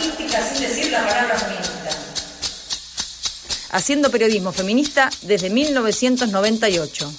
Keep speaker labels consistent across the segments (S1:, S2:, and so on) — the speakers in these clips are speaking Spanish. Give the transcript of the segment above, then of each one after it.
S1: artística sin decir la palabra feminista.
S2: Haciendo periodismo feminista desde 1998.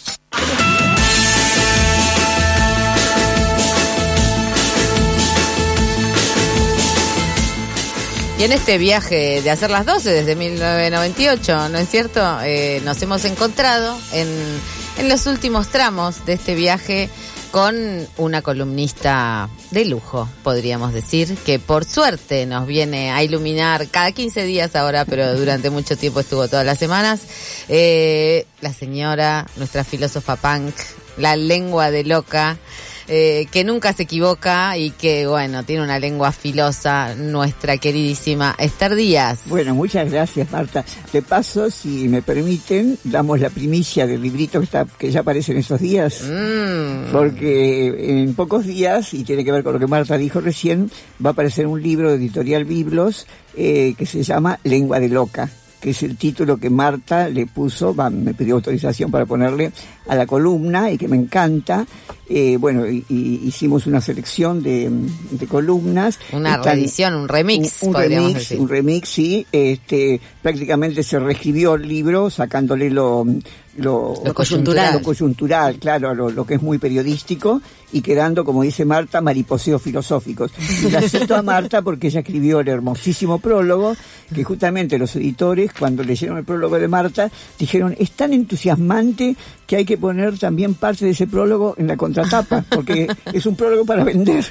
S3: Y en este viaje de hacer las 12 desde 1998, ¿no es cierto? Nos hemos encontrado en los últimos tramos de este viaje con una columnista de lujo, podríamos decir, que por suerte nos viene a iluminar cada 15 días ahora, pero durante mucho tiempo estuvo todas las semanas. La señora, nuestra filósofa punk, la lengua de loca, que nunca se equivoca y que, bueno, tiene una lengua filosa, nuestra queridísima Esther Díaz.
S4: Bueno, muchas gracias, Marta. De paso, si me permiten, damos la primicia del librito que ya aparece en estos días, porque en pocos días, y tiene que ver con lo que Marta dijo recién, va a aparecer un libro de Editorial Biblos que se llama Lengua de Loca, que es el título que Marta le puso, me pidió autorización para ponerle a la columna y que me encanta. Bueno, hicimos una selección de columnas.
S3: Una reedición, un remix, podríamos decir.
S4: Un remix, sí. Prácticamente se reescribió el libro sacándole lo
S3: coyuntural.
S4: Lo coyuntural, claro, lo que es muy periodístico, y quedando, como dice Marta, mariposeos filosóficos. Y la cito a Marta porque ella escribió el hermosísimo prólogo, que justamente los editores, cuando leyeron el prólogo de Marta, dijeron, es tan entusiasmante que hay que poner también parte de ese prólogo en la contratapa, porque es un prólogo para vender,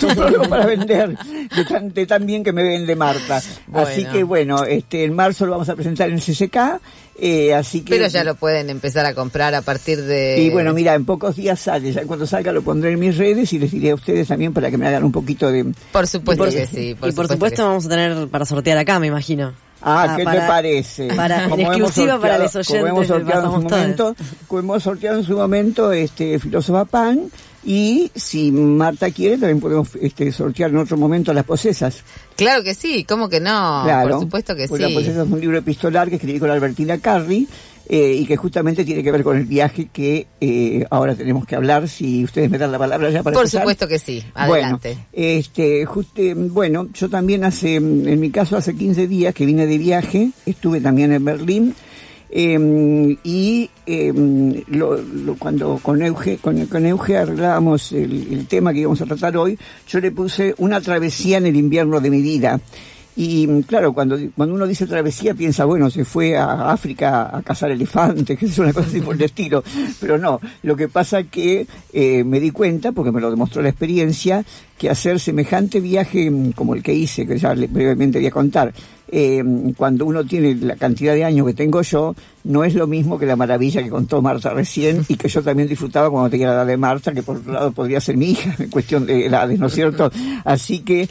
S4: de tan bien que me vende Marta. Bueno. Así que bueno, en marzo lo vamos a presentar en el CCK. Así que,
S3: pero ya lo pueden empezar a comprar a partir de...
S4: Y bueno, mira, en pocos días sale, ya cuando salga lo pondré en mis redes y les diré a ustedes también para que me hagan un poquito de...
S3: Por supuesto que sí.
S5: Por supuesto vamos a tener para sortear acá, me imagino.
S4: ¿Qué te parece?
S5: En exclusiva para los oyentes.
S4: Como hemos sorteado en su momento Filósofa Pan, y si Marta quiere también podemos sortear en otro momento Las Posesas.
S3: Claro que sí, ¿cómo que no?
S4: Claro,
S3: por supuesto que
S4: pues
S3: sí.
S4: Las Posesas es un libro epistolar que escribí con Albertina Carri, y que justamente tiene que ver con el viaje que ahora tenemos que hablar, si ustedes me dan la palabra ya para empezar.
S3: Por supuesto que sí, adelante.
S4: Bueno, yo también en mi caso hace 15 días que vine de viaje, estuve también en Berlín, cuando con Euge arreglábamos el tema que íbamos a tratar hoy, yo le puse una travesía en el invierno de mi vida. Y claro, cuando uno dice travesía piensa, bueno, se fue a África a cazar elefantes, que es una cosa así por el estilo, pero no, lo que pasa que me di cuenta, porque me lo demostró la experiencia, que hacer semejante viaje como el que hice, que ya brevemente voy a contar, cuando uno tiene la cantidad de años que tengo yo, no es lo mismo que la maravilla que contó Marta recién y que yo también disfrutaba cuando tenía la edad de Marta, que por otro lado podría ser mi hija en cuestión de edades, ¿no es cierto? Así que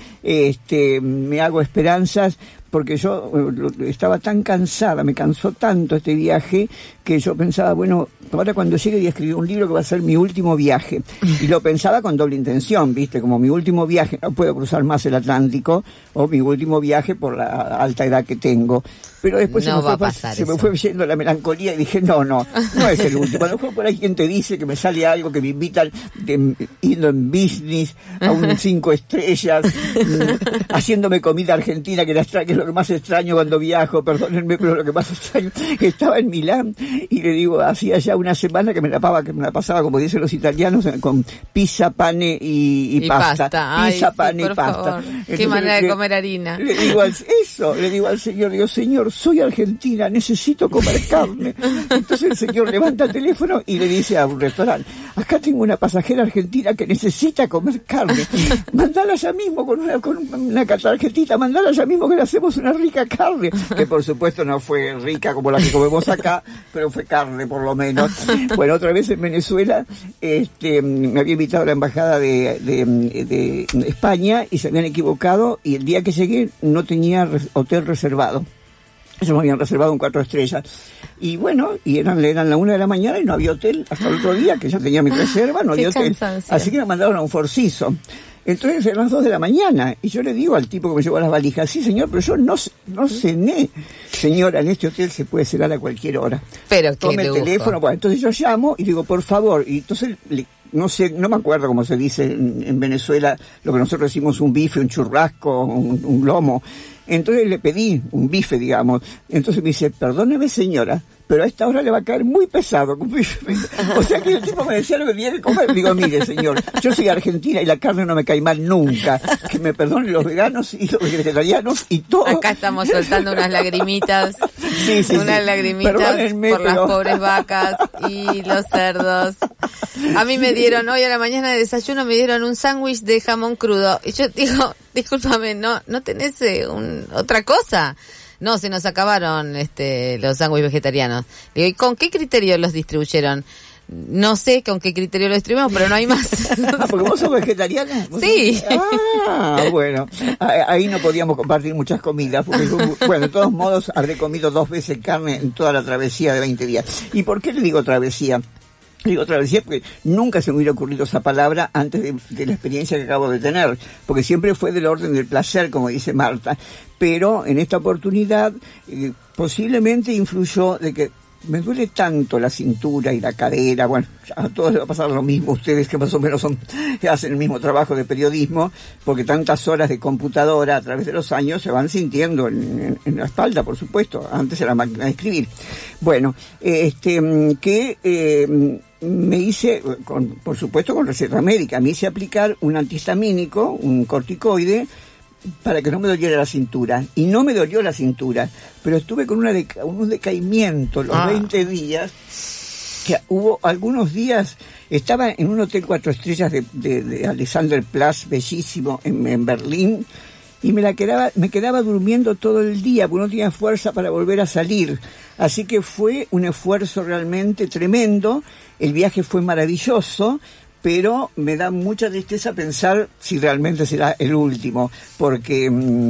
S4: me hago esperanzas, porque yo estaba tan cansada, me cansó tanto este viaje, que yo pensaba, bueno, ahora cuando llegue voy a escribir un libro que va a ser mi último viaje. Y lo pensaba con doble intención, ¿viste? Como mi último viaje, no puedo cruzar más el Atlántico, o mi último viaje por la alta edad que tengo. Pero después se me fue yendo la melancolía y dije, no es el último. A lo mejor por ahí quien te dice que me sale algo, que me invitan yendo en business a un 5 estrellas, haciéndome comida argentina, que es lo que más extraño cuando viajo, perdónenme, pero lo que más extraño, estaba en Milán y le digo, hacía ya una semana que me la pasaba, como dicen los italianos, con pizza, pane y pasta. Pizza, pane y pasta.
S3: Entonces, qué manera de comer harina.
S4: Le digo al señor, señor, soy argentina, necesito comer carne. Entonces el señor levanta el teléfono y le dice a un restaurante, acá tengo una pasajera argentina que necesita comer carne. Mandala ya mismo con una tarjetita, mandala ya mismo que le hacemos una rica carne. Que por supuesto no fue rica como la que comemos acá, pero fue carne por lo menos. Bueno, otra vez en Venezuela me había invitado a la embajada de España y se habían equivocado, y el día que llegué no tenía hotel reservado. Ellos me habían reservado un 4 estrellas. Y bueno, eran la 1 de la mañana y no había hotel hasta el otro día, que ya tenía mi reserva, no había hotel. Así que me mandaron a un forciso. Entonces eran las 2 de la mañana y yo le digo al tipo que me llevó las valijas, sí señor, pero yo no cené. Señora, en este hotel se puede cenar a cualquier hora.
S3: Pero
S4: tome el teléfono. Bueno, entonces yo llamo y digo, por favor, y entonces no sé, no me acuerdo cómo se dice en Venezuela, lo que nosotros decimos un bife, un churrasco, un lomo. Entonces le pedí un bife, digamos. Entonces me dice, perdóneme señora, pero a esta hora le va a caer muy pesado. O sea que el tipo me decía lo que tenía que comer. Digo, mire señor, yo soy argentina y la carne no me cae mal nunca. Que me perdonen los veganos y los vegetarianos y todo.
S3: Acá estamos soltando unas lagrimitas. Unas lagrimitas por las pobres vacas y los cerdos. A mí me dieron, hoy a la mañana de desayuno, me dieron un sándwich de jamón crudo. Y yo digo, discúlpame, ¿no tenés otra cosa? No, se nos acabaron los sándwiches vegetarianos. Digo, ¿y con qué criterio los distribuyeron? No sé con qué criterio lo distribuimos, pero no hay más.
S4: ¿Porque vos sos vegetariana?
S3: Sí.
S4: Bueno, ahí no podíamos compartir muchas comidas, porque bueno, de todos modos habré comido 2 veces carne en toda la travesía de 20 días. ¿Y por qué le digo travesía? Digo travesía porque nunca se me hubiera ocurrido esa palabra antes de la experiencia que acabo de tener, porque siempre fue del orden del placer, como dice Marta, pero en esta oportunidad posiblemente influyó de que me duele tanto la cintura y la cadera. Bueno, a todos les va a pasar lo mismo, ustedes que más o menos hacen el mismo trabajo de periodismo, porque tantas horas de computadora a través de los años se van sintiendo en la espalda, por supuesto. Antes era máquina de escribir. Bueno, me hice, por supuesto con receta médica, me hice aplicar un antihistamínico, un corticoide, para que no me doliera la cintura. Y no me dolió la cintura, pero estuve con un decaimiento los 20 días, que hubo algunos días, estaba en un hotel 4 estrellas de Alexanderplatz, bellísimo, en Berlín, y me quedaba durmiendo todo el día, porque no tenía fuerza para volver a salir. Así que fue un esfuerzo realmente tremendo. El viaje fue maravilloso, pero me da mucha tristeza pensar si realmente será el último, porque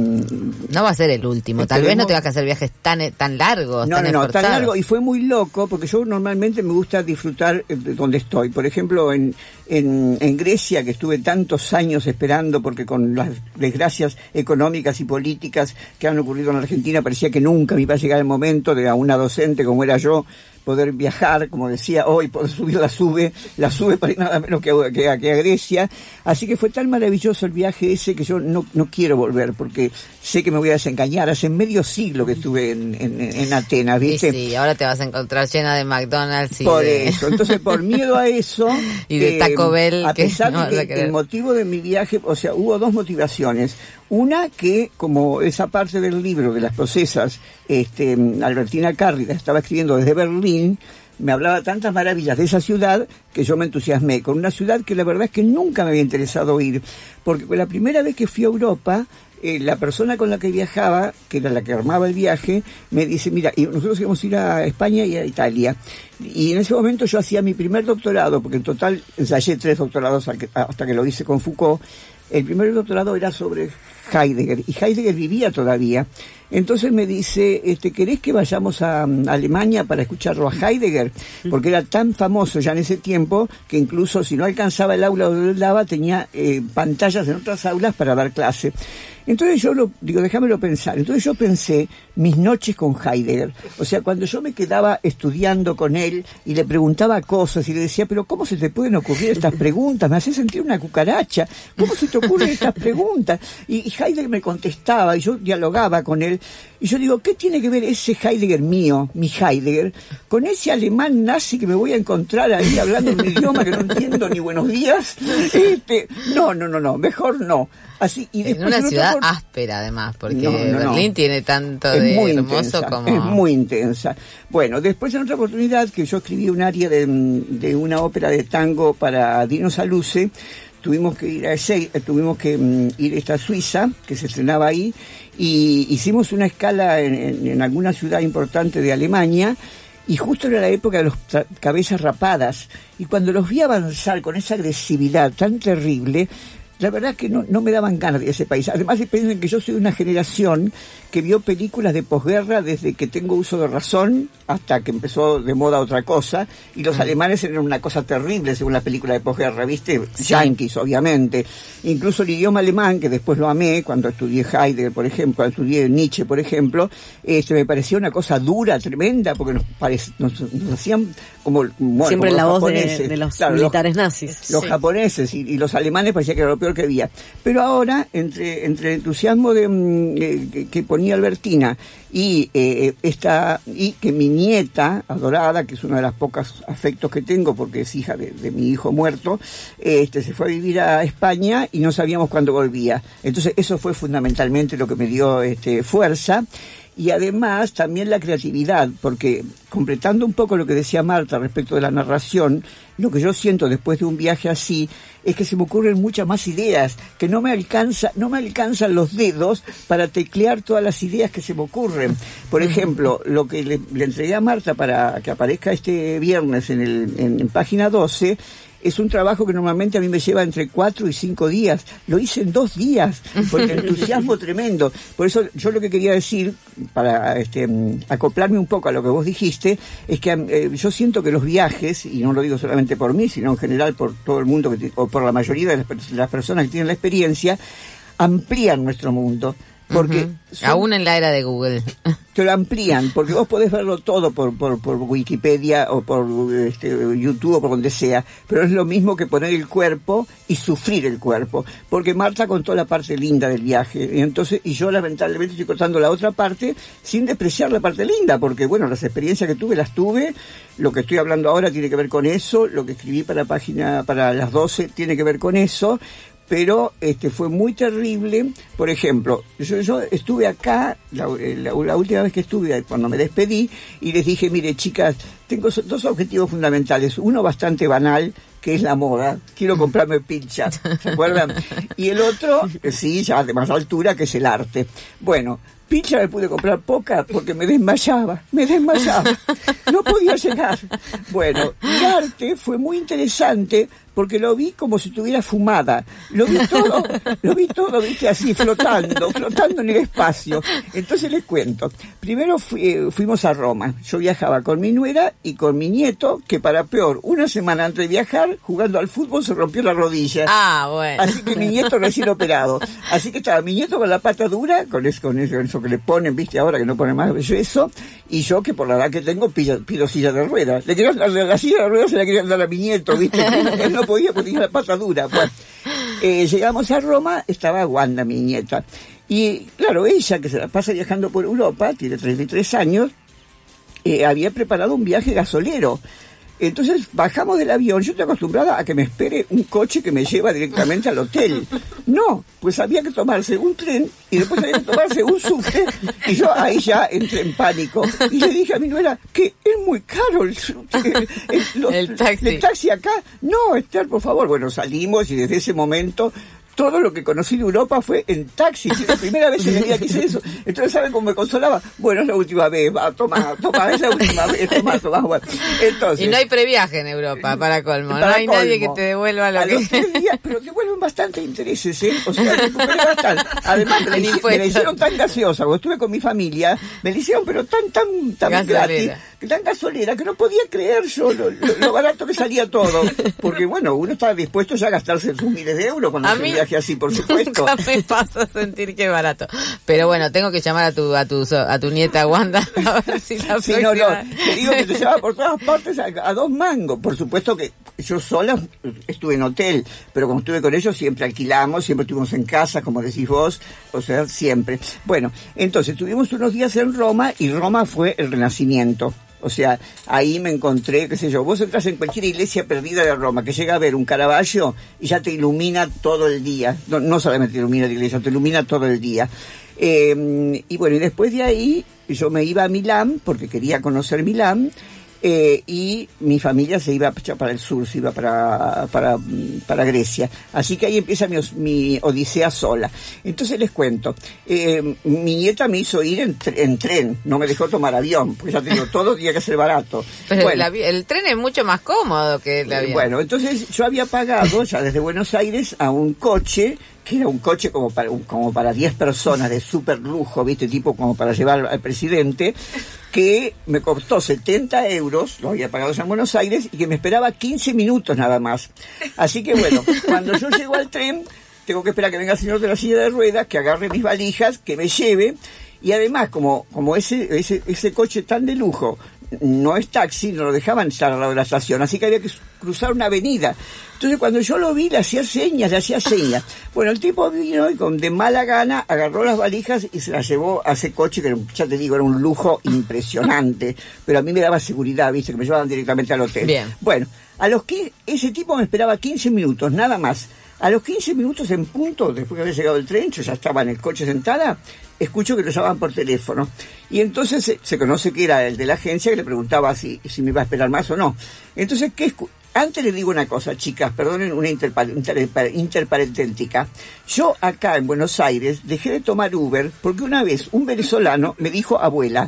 S3: no va a ser el último, tal vez no te vas a hacer viajes tan largos,
S4: tan largo, y fue muy loco, porque yo normalmente me gusta disfrutar de donde estoy. Por ejemplo, en Grecia, que estuve tantos años esperando, porque con las desgracias económicas y políticas que han ocurrido en Argentina, parecía que nunca me iba a llegar el momento de a una docente como era yo, poder viajar, como decía hoy, poder subir la sube para ir nada menos que a Grecia. Así que fue tan maravilloso el viaje ese que yo no quiero volver, porque sé que me voy a desengañar. Hace medio siglo que estuve en Atenas, ¿viste?
S3: Sí, ahora te vas a encontrar llena de McDonald's y
S4: por eso, entonces por miedo a eso
S3: y de Taco Bell,
S4: a pesar de que el motivo de mi viaje, o sea, hubo 2 motivaciones. Una, que como esa parte del libro de las procesas, Albertina Cárrida estaba escribiendo desde Berlín, me hablaba tantas maravillas de esa ciudad que yo me entusiasmé con una ciudad que la verdad es que nunca me había interesado ir, porque la primera vez que fui a Europa, la persona con la que viajaba, que era la que armaba el viaje, me dice, mira, y nosotros íbamos a ir a España y a Italia, y en ese momento yo hacía mi primer doctorado, porque en total ensayé 3 doctorados hasta que lo hice con Foucault. El primer doctorado era sobre Heidegger, y Heidegger vivía todavía. Entonces me dice, ¿querés que vayamos a Alemania para escucharlo a Heidegger? Porque era tan famoso ya en ese tiempo que incluso si no alcanzaba el aula donde él daba, tenía pantallas en otras aulas para dar clase. Entonces yo digo, déjamelo pensar. Entonces yo pensé mis noches con Heidegger. O sea, cuando yo me quedaba estudiando con él y le preguntaba cosas y le decía, pero ¿cómo se te pueden ocurrir estas preguntas? Me hace sentir una cucaracha. ¿Cómo se te ocurren estas preguntas? Y Heidegger me contestaba y yo dialogaba con él. Y yo digo, ¿qué tiene que ver ese Heidegger mío, mi Heidegger, con ese alemán nazi que me voy a encontrar ahí hablando un idioma que no entiendo ni buenos días? No, mejor no. Así, y
S3: en una ciudad áspera, además, porque Berlín tiene tanto de hermoso intensa, como...
S4: Es muy intensa. Bueno, después en otra oportunidad que yo escribí un aria de una ópera de tango para Dino Saluzzi, tuvimos que ir a Suiza, que se estrenaba ahí, y hicimos una escala en alguna ciudad importante de Alemania, y justo era la época de los cabezas rapadas, y cuando los vi avanzar con esa agresividad tan terrible, la verdad es que no me daban ganas de ese país. Además, piensen que yo soy de una generación que vio películas de posguerra desde que tengo uso de razón hasta que empezó de moda otra cosa, y los alemanes eran una cosa terrible según la película de posguerra, ¿viste? Sí. Yankees, obviamente. Incluso el idioma alemán, que después lo amé cuando estudié Heidegger, por ejemplo, cuando estudié Nietzsche, por ejemplo, me parecía una cosa dura, tremenda, porque nos hacían como, bueno,
S5: siempre
S4: como
S5: la
S4: los
S5: voz
S4: japoneses,
S5: de los militares nazis.
S4: Los japoneses y los alemanes parecía que era lo peor que había. Pero ahora, entre el entusiasmo que ponía Albertina y que mi nieta adorada, que es una de las pocas afectos que tengo porque es hija de mi hijo muerto, se fue a vivir a España y no sabíamos cuándo volvía. Entonces eso fue fundamentalmente lo que me dio fuerza. Y además también la creatividad, porque completando un poco lo que decía Marta respecto de la narración, lo que yo siento después de un viaje así es que se me ocurren muchas más ideas, que no me alcanzan los dedos para teclear todas las ideas que se me ocurren. Por ejemplo, lo que le entregué a Marta para que aparezca este viernes en página 12, es un trabajo que normalmente a mí me lleva entre 4 y 5 días. Lo hice en 2 días, porque entusiasmo tremendo. Por eso yo lo que quería decir, para acoplarme un poco a lo que vos dijiste, es que yo siento que los viajes, y no lo digo solamente por mí, sino en general por todo el mundo, o por la mayoría de las personas que tienen la experiencia, amplían nuestro mundo. Porque
S3: aún en la era de Google
S4: te lo amplían, porque vos podés verlo todo por Wikipedia o por YouTube o por donde sea, pero es lo mismo que poner el cuerpo y sufrir el cuerpo, porque Marta contó la parte linda del viaje, y yo lamentablemente estoy contando la otra parte sin despreciar la parte linda, porque bueno, las experiencias que tuve las tuve, lo que estoy hablando ahora tiene que ver con eso, lo que escribí para las 12 tiene que ver con eso. Pero fue muy terrible. Por ejemplo, yo estuve acá, la última vez que estuve, cuando me despedí, y les dije, mire chicas, tengo 2 objetivos fundamentales. Uno bastante banal, que es la moda. Quiero comprarme pincha, ¿se acuerdan? Y el otro, sí, ya de más altura, que es el arte. Bueno, pincha me pude comprar poca porque me desmayaba, no podía llegar. Bueno, y arte fue muy interesante porque lo vi como si estuviera fumada, lo vi todo, viste, así, flotando en el espacio. Entonces les cuento, primero fuimos a Roma, yo viajaba con mi nuera y con mi nieto, que para peor, una semana antes de viajar, jugando al fútbol se rompió la rodilla.
S3: Bueno.
S4: Así que mi nieto recién operado, así que estaba mi nieto con la pata dura, con eso que le ponen, viste, ahora que no ponen más eso, y yo que por la edad que tengo pido silla de ruedas. La silla de ruedas se la querían dar a mi nieto, viste, él no podía porque tenía la pata dura. Bueno, llegamos a Roma, estaba Wanda, mi nieta, y claro, ella que se la pasa viajando por Europa, tiene 33 años, había preparado un viaje gasolero. Entonces bajamos del avión, yo estoy acostumbrada a que me espere un coche que me lleva directamente al hotel. No, pues había que tomarse un tren y después había que tomarse un subte, y yo ahí ya entré en pánico. Y le dije a mi nuera que es muy caro el taxi acá. No, Esther, por favor. Bueno, salimos y desde ese momento todo lo que conocí de Europa fue en taxi. La primera vez en mi vida que hice eso. Entonces, ¿saben cómo me consolaba? Bueno, es la última vez. Va, toma, es la última vez. Toma. Bueno. Entonces,
S3: y no hay previaje en Europa, para colmo. No hay nadie que te devuelva lo que...
S4: los 3 días, pero devuelven bastante intereses, ¿eh? O sea, recuperé bastante. Además, me la hicieron tan gaseosa. Cuando estuve con mi familia, me la hicieron, pero tan gratis, tan gasolera, que no podía creer yo lo barato que salía todo. Porque, bueno, uno estaba dispuesto ya a gastarse sus miles de euros cuando se viaje así, por supuesto.
S3: Nunca me pasa sentir que es barato. Pero bueno, tengo que llamar a tu nieta Wanda a ver si la
S4: sí, no, te digo que te llevaba por todas partes a 2 mangos. Por supuesto que yo sola estuve en hotel, pero como estuve con ellos siempre alquilamos, siempre estuvimos en casa, como decís vos, o sea, siempre. Bueno, entonces tuvimos unos días en Roma y Roma fue el Renacimiento. O sea, ahí me encontré, qué sé yo, vos entras en cualquier iglesia perdida de Roma, que llega a ver un Caravaggio y ya te ilumina todo el día. No solamente te ilumina la iglesia, te ilumina todo el día. Y bueno, y después de ahí yo me iba a Milán, porque quería conocer Milán, y mi familia se iba para el sur, se iba para Grecia. Así que ahí empieza mi odisea sola. Entonces les cuento, mi nieta me hizo ir en tren, no me dejó tomar avión, porque ya te digo, todo tenía que ser barato.
S3: Pero bueno, el tren es mucho más cómodo que el avión.
S4: Bueno, entonces yo había pagado ya desde Buenos Aires a un coche, que era un coche como para 10 personas de súper lujo, ¿viste? Tipo como para llevar al presidente, que me costó 70 euros, lo había pagado ya en Buenos Aires, y que me esperaba 15 minutos nada más. Así que bueno, cuando yo llego al tren, tengo que esperar que venga el señor de la silla de ruedas, que agarre mis valijas, que me lleve, y además, como ese coche tan de lujo no es taxi, no lo dejaban estar al lado de la estación, así que había que cruzar una avenida. Entonces cuando yo lo vi, le hacía señas. Bueno, el tipo vino y de mala gana agarró las valijas y se las llevó a ese coche, que ya te digo, era un lujo impresionante, pero a mí me daba seguridad, viste, que me llevaban directamente al hotel.
S3: Bien.
S4: Bueno, ese tipo me esperaba 15 minutos, nada más. A los 15 minutos en punto, después que había llegado el tren, yo ya estaba en el coche sentada, escucho que lo llamaban por teléfono. Y entonces se conoce que era el de la agencia, que le preguntaba si me iba a esperar más o no. Entonces, antes les digo una cosa, chicas, perdonen una interparenténtica. Yo acá en Buenos Aires dejé de tomar Uber porque una vez un venezolano me dijo abuela.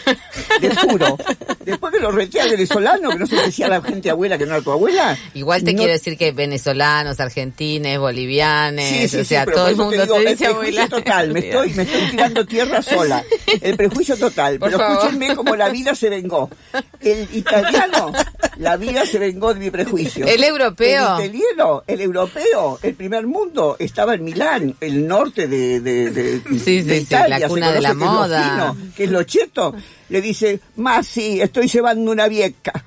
S4: Te juro. Después que lo reté al venezolano, que no se decía a la gente abuela que no era tu abuela.
S3: Igual te quiero decir que venezolanos, argentines, bolivianos, o sea, todo el mundo te dice abuela.
S4: Total, me estoy tirando tierra sola. El prejuicio total.
S3: Por
S4: pero
S3: favor.
S4: Escúchenme cómo la vida se vengó. El italiano, la vida se vengó de mi prejuicio.
S3: El europeo.
S4: El europeo, el primer mundo, estaba en Milán, el norte de Italia,
S3: la cuna de la moda.
S4: Que es lo cheto. Le dice, más sí, estoy llevando una vieja.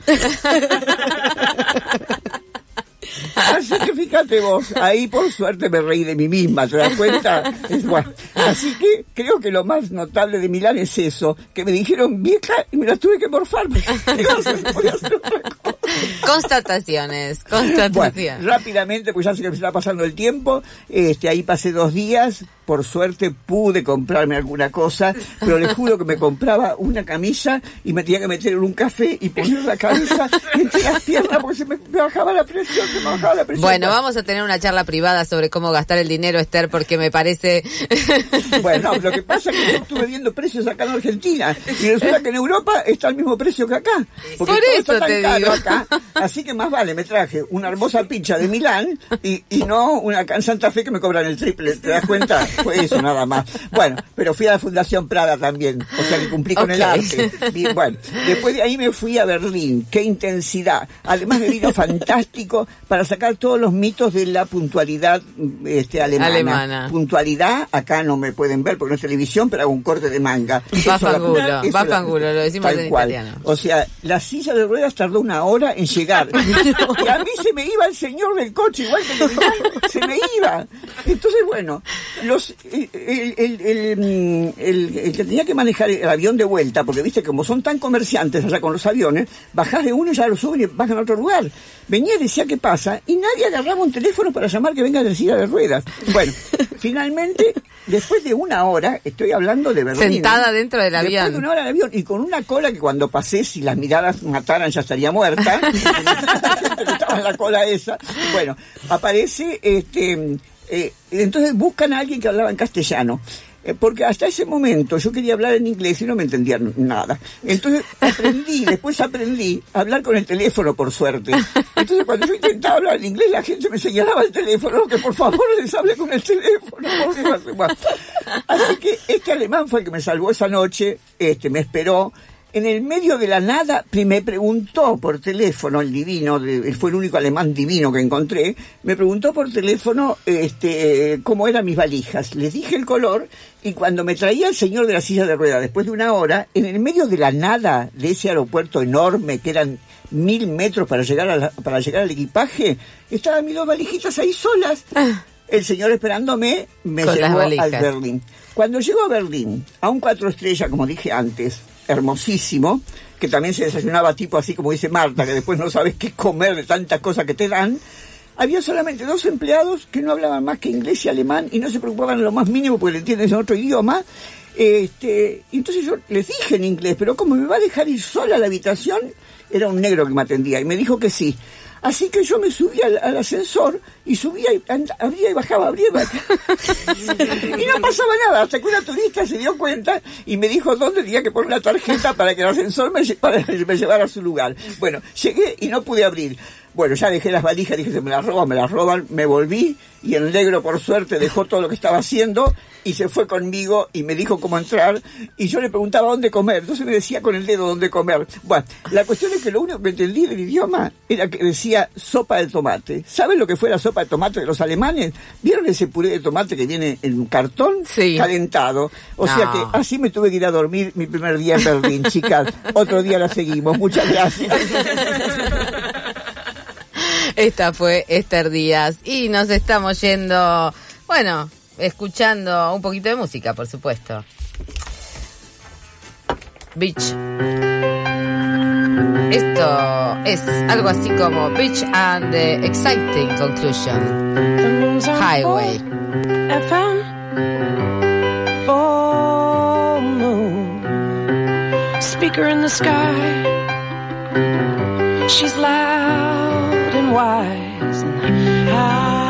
S4: Así que fíjate vos, ahí por suerte me reí de mí misma, ¿te das cuenta? Bueno, así que creo que lo más notable de Milán es eso, que me dijeron vieja y me la tuve que morfar. Podía hacer otra cosa.
S3: Constataciones.
S4: Bueno, rápidamente, pues ya se me está pasando el tiempo, ahí pasé 2 días, por suerte pude comprarme alguna cosa, pero les juro que me compraba una camisa y me tenía que meter en un café y poner la cabeza entre las piernas porque se me bajaba la presión,
S3: Bueno, vamos a tener una charla privada sobre cómo gastar el dinero, Esther, porque me parece...
S4: Bueno, lo que pasa es que yo estuve viendo precios acá en Argentina y resulta que en Europa está al mismo precio que acá, porque
S3: por
S4: todo
S3: eso
S4: está tan
S3: te
S4: caro
S3: digo.
S4: acá, así que más vale me traje una hermosa pizza de Milán y no una acá en Santa Fe que me cobran el triple, ¿te das cuenta? Fue eso nada más. Bueno, pero fui a la Fundación Prada también, o sea que cumplí con el arte. Bien, bueno, después de ahí me fui a Berlín, qué intensidad. Además me vino fantástico para sacar todos los mitos de la puntualidad alemana. Puntualidad, acá no me pueden ver porque no es televisión, pero hago un corte de manga.
S3: Va fangulo, lo decimos en italiano.
S4: O sea, la silla de ruedas tardó 1 hora en llegar. Y a mí se me iba el señor del coche, igual que se me iba. Entonces, bueno, el que tenía que manejar el avión de vuelta, porque viste, como son tan comerciantes allá con los aviones, bajás de uno y ya lo suben y bajan a otro lugar. Venía y decía qué pasa, y nadie agarraba un teléfono para llamar que venga de silla de ruedas. Bueno, finalmente, después de 1 hora, estoy hablando de Berlín.
S3: Sentada dentro del avión.
S4: Después de 1 hora del avión, y con una cola que cuando pasé, si las miradas mataran, ya estaría muerta. Estaba en la cola esa. Bueno, aparece, entonces buscan a alguien que hablaba en castellano. Porque hasta ese momento yo quería hablar en inglés y no me entendían nada. Entonces después aprendí a hablar con el teléfono, por suerte. Entonces cuando yo intentaba hablar en inglés, la gente me señalaba el teléfono, que por favor les hable con el teléfono. Así que este alemán fue el que me salvó esa noche, me esperó. En el medio de la nada me preguntó por teléfono, el divino, fue el único alemán divino que encontré, me preguntó por teléfono cómo eran mis valijas. Les dije el color y cuando me traía el señor de la silla de ruedas, después de 1 hora, en el medio de la nada de ese aeropuerto enorme, que eran 1000 metros para llegar al equipaje, estaban mis 2 valijitas ahí solas. El señor esperándome me llevó al Berlín. Cuando llego a Berlín, a un 4 estrellas, como dije antes, hermosísimo, que también se desayunaba tipo así como dice Marta, que después no sabes qué comer de tantas cosas que te dan, había solamente 2 empleados que no hablaban más que inglés y alemán y no se preocupaban en lo más mínimo porque le entienden en otro idioma. Entonces yo les dije en inglés, pero como me va a dejar ir sola a la habitación, era un negro que me atendía y me dijo que sí. Así que yo me subí al ascensor y subía y abría y bajaba, abría y bajaba. Y no pasaba nada, hasta que una turista se dio cuenta y me dijo dónde tenía que poner una tarjeta para que el ascensor me llevara a su lugar. Bueno, llegué y no pude abrir. Bueno, ya dejé las valijas, dije, se me las roban, me volví y el negro por suerte dejó todo lo que estaba haciendo y se fue conmigo y me dijo cómo entrar y yo le preguntaba dónde comer, entonces me decía con el dedo dónde comer. Bueno, la cuestión es que lo único que entendí del idioma era que decía sopa de tomate. ¿Saben lo que fue la sopa de tomate de los alemanes? ¿Vieron ese puré de tomate que viene en cartón?
S3: Sí.
S4: Calentado. O sea que así me tuve que ir a dormir mi primer día en Berlín, chicas. Otro día la seguimos. Muchas gracias.
S3: Esta fue Esther Díaz y nos estamos yendo, bueno, escuchando un poquito de música, por supuesto. Beach. Esto es algo así como Beach and the Exciting Conclusion. Highway.
S6: FM. Full moon. Speaker in the sky. She's loud and wise and high.